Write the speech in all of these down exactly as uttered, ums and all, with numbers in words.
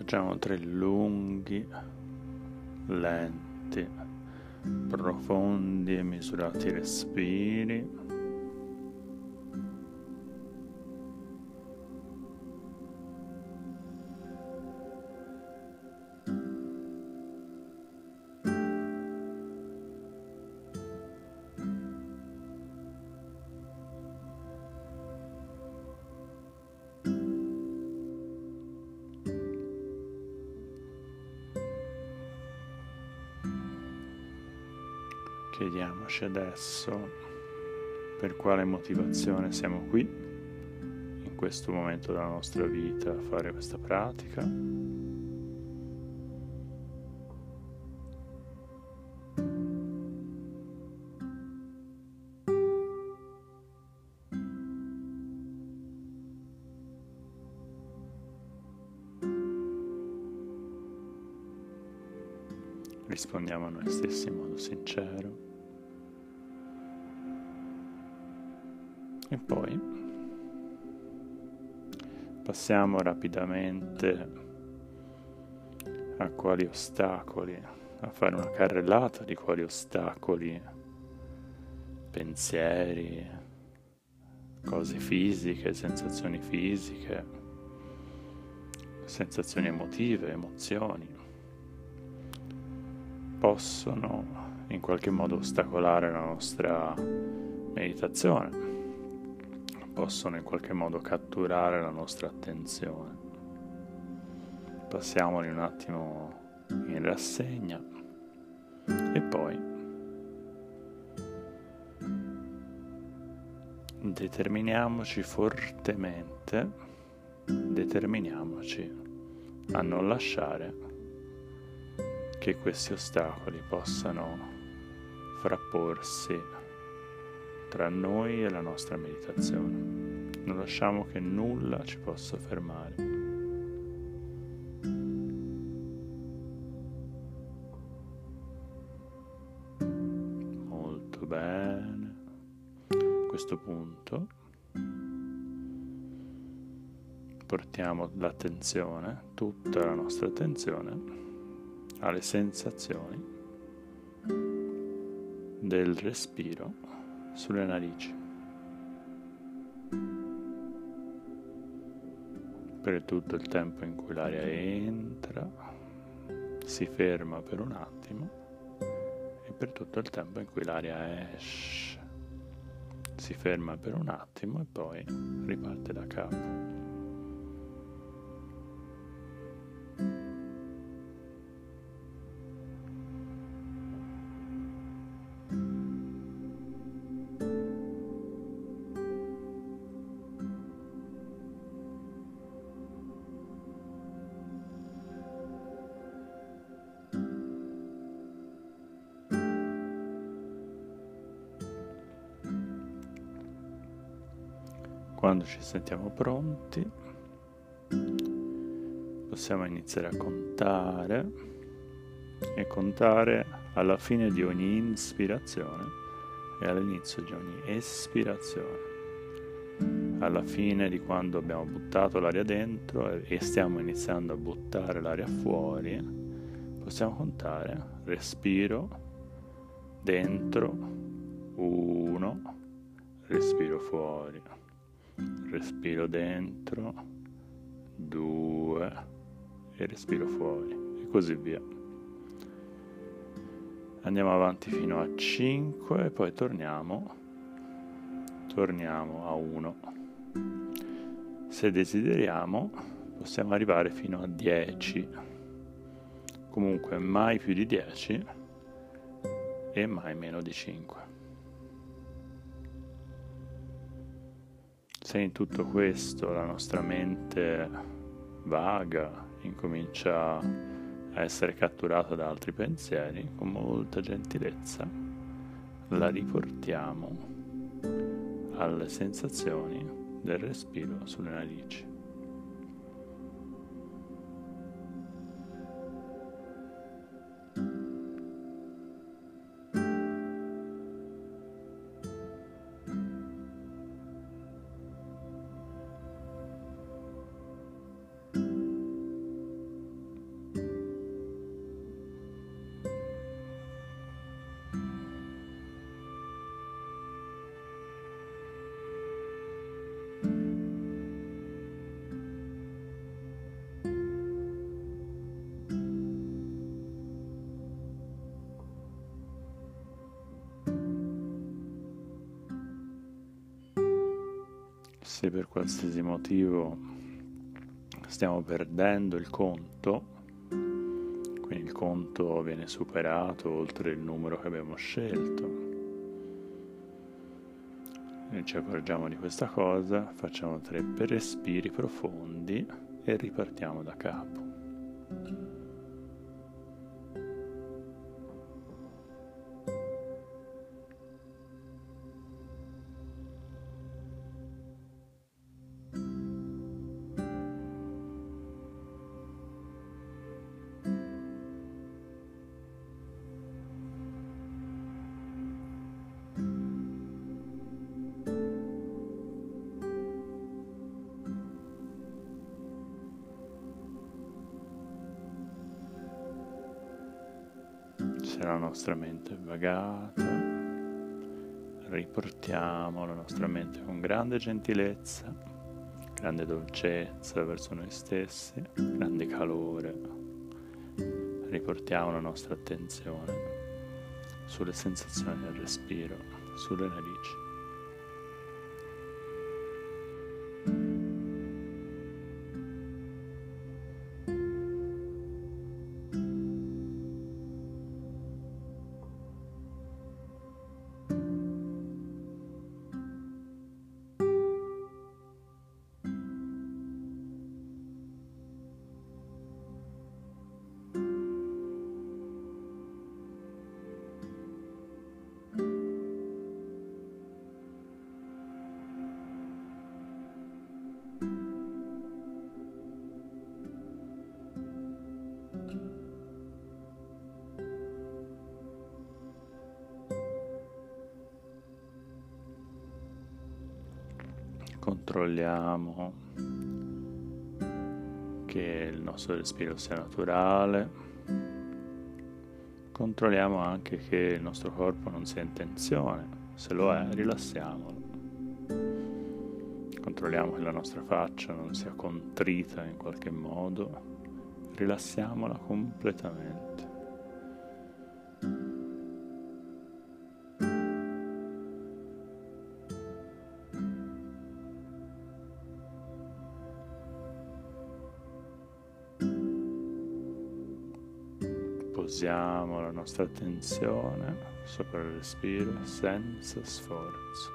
Facciamo tre lunghi, lenti, profondi e misurati respiri. Chiediamoci adesso per quale motivazione siamo qui, in questo momento della nostra vita, a fare questa pratica. Rispondiamo a noi stessi in modo sincero. E poi passiamo rapidamente a quali ostacoli, a fare una carrellata di quali ostacoli, pensieri, cose fisiche, sensazioni fisiche, sensazioni emotive, emozioni, possono in qualche modo ostacolare la nostra meditazione, possono in qualche modo catturare la nostra attenzione. Passiamoli un attimo in rassegna e poi determiniamoci fortemente, determiniamoci a non lasciare che questi ostacoli possano frapporsi tra noi e la nostra meditazione. Non lasciamo che nulla ci possa fermare. Molto bene. A questo punto portiamo l'attenzione, tutta la nostra attenzione, alle sensazioni del respiro sulle narici. Per tutto il tempo in cui l'aria entra, si ferma per un attimo, e per tutto il tempo in cui l'aria esce, si ferma per un attimo e poi riparte da capo. Quando ci sentiamo pronti, possiamo iniziare a contare e contare alla fine di ogni inspirazione e all'inizio di ogni espirazione. Alla fine di quando abbiamo buttato l'aria dentro e stiamo iniziando a buttare l'aria fuori, possiamo contare respiro dentro, uno, respiro fuori. Respiro dentro, due, e respiro fuori, e così via. Andiamo avanti fino a cinque e poi torniamo, torniamo a uno. Se desideriamo, possiamo arrivare fino a dieci, comunque mai più di dieci e mai meno di cinque. Se in tutto questo la nostra mente vaga incomincia a essere catturata da altri pensieri, con molta gentilezza la riportiamo alle sensazioni del respiro sulle narici. Se per qualsiasi motivo stiamo perdendo il conto, quindi il conto viene superato oltre il numero che abbiamo scelto, noi ci accorgiamo di questa cosa, facciamo tre respiri profondi e ripartiamo da capo. Se la nostra mente è vagata, riportiamo la nostra mente con grande gentilezza, grande dolcezza verso noi stessi, grande calore. Riportiamo la nostra attenzione sulle sensazioni del respiro, sulle narici. Controlliamo che il nostro respiro sia naturale, controlliamo anche che il nostro corpo non sia in tensione, se lo è rilassiamolo, controlliamo che la nostra faccia non sia contrita in qualche modo, rilassiamola completamente. Posiamo la nostra attenzione sopra il respiro senza sforzo.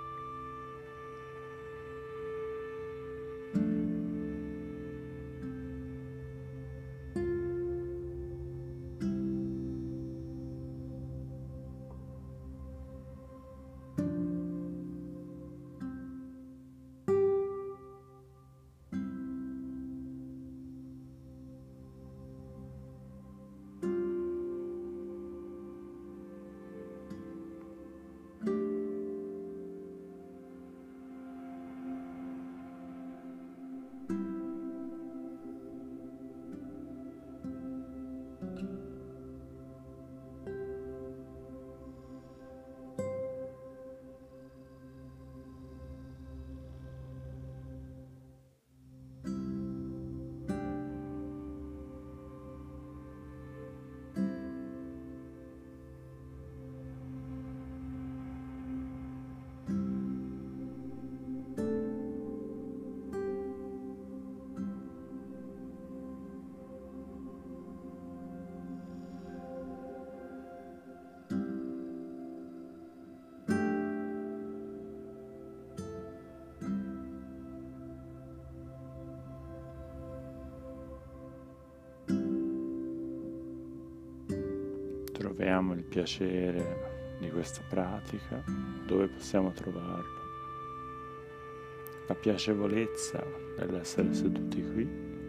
Troviamo il piacere di questa pratica dove possiamo trovarlo. La piacevolezza dell'essere seduti qui,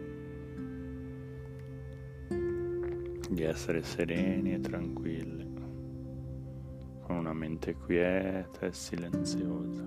di essere sereni e tranquilli, con una mente quieta e silenziosa.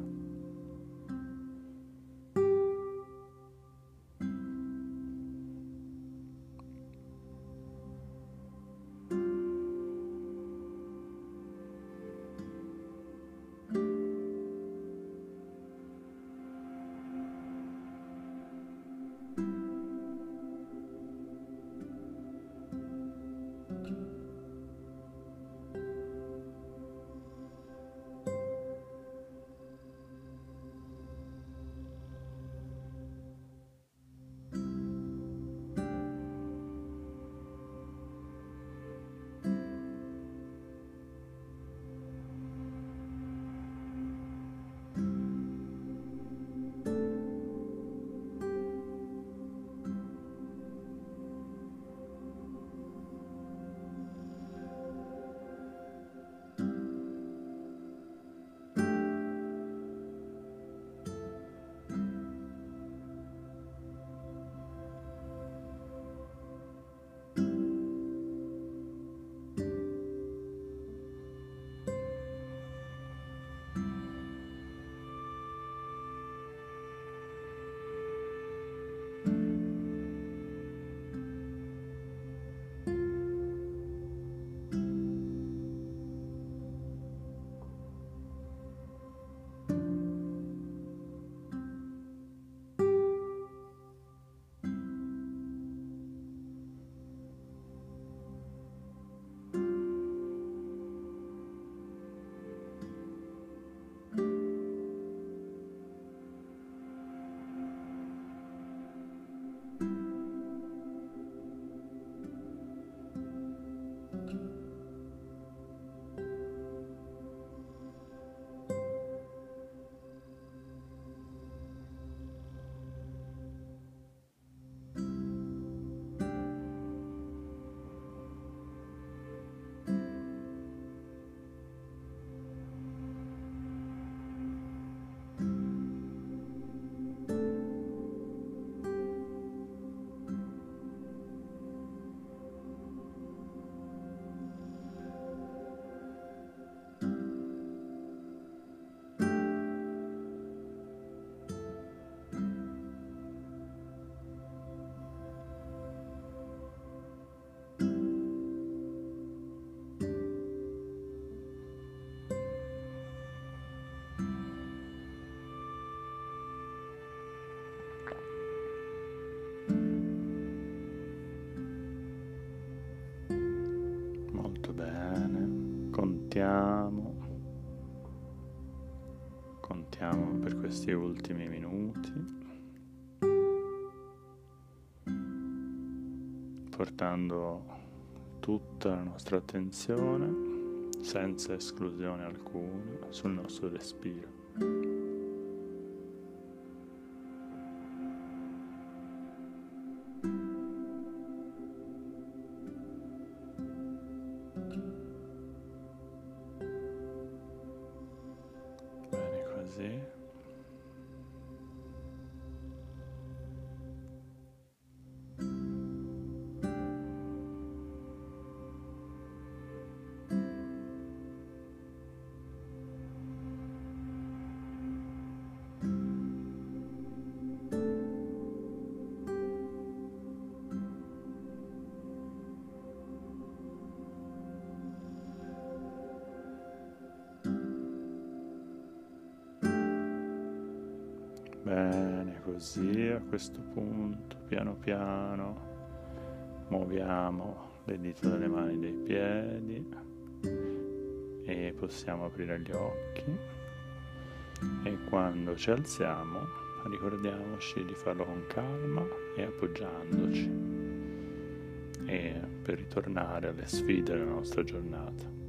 contiamo, contiamo per questi ultimi minuti, portando tutta la nostra attenzione, senza esclusione alcuna, sul nostro respiro. Bene così. Bene, così a questo punto, piano piano, muoviamo le dita delle mani e dei piedi e possiamo aprire gli occhi, e quando ci alziamo ricordiamoci di farlo con calma e appoggiandoci, e per ritornare alle sfide della nostra giornata.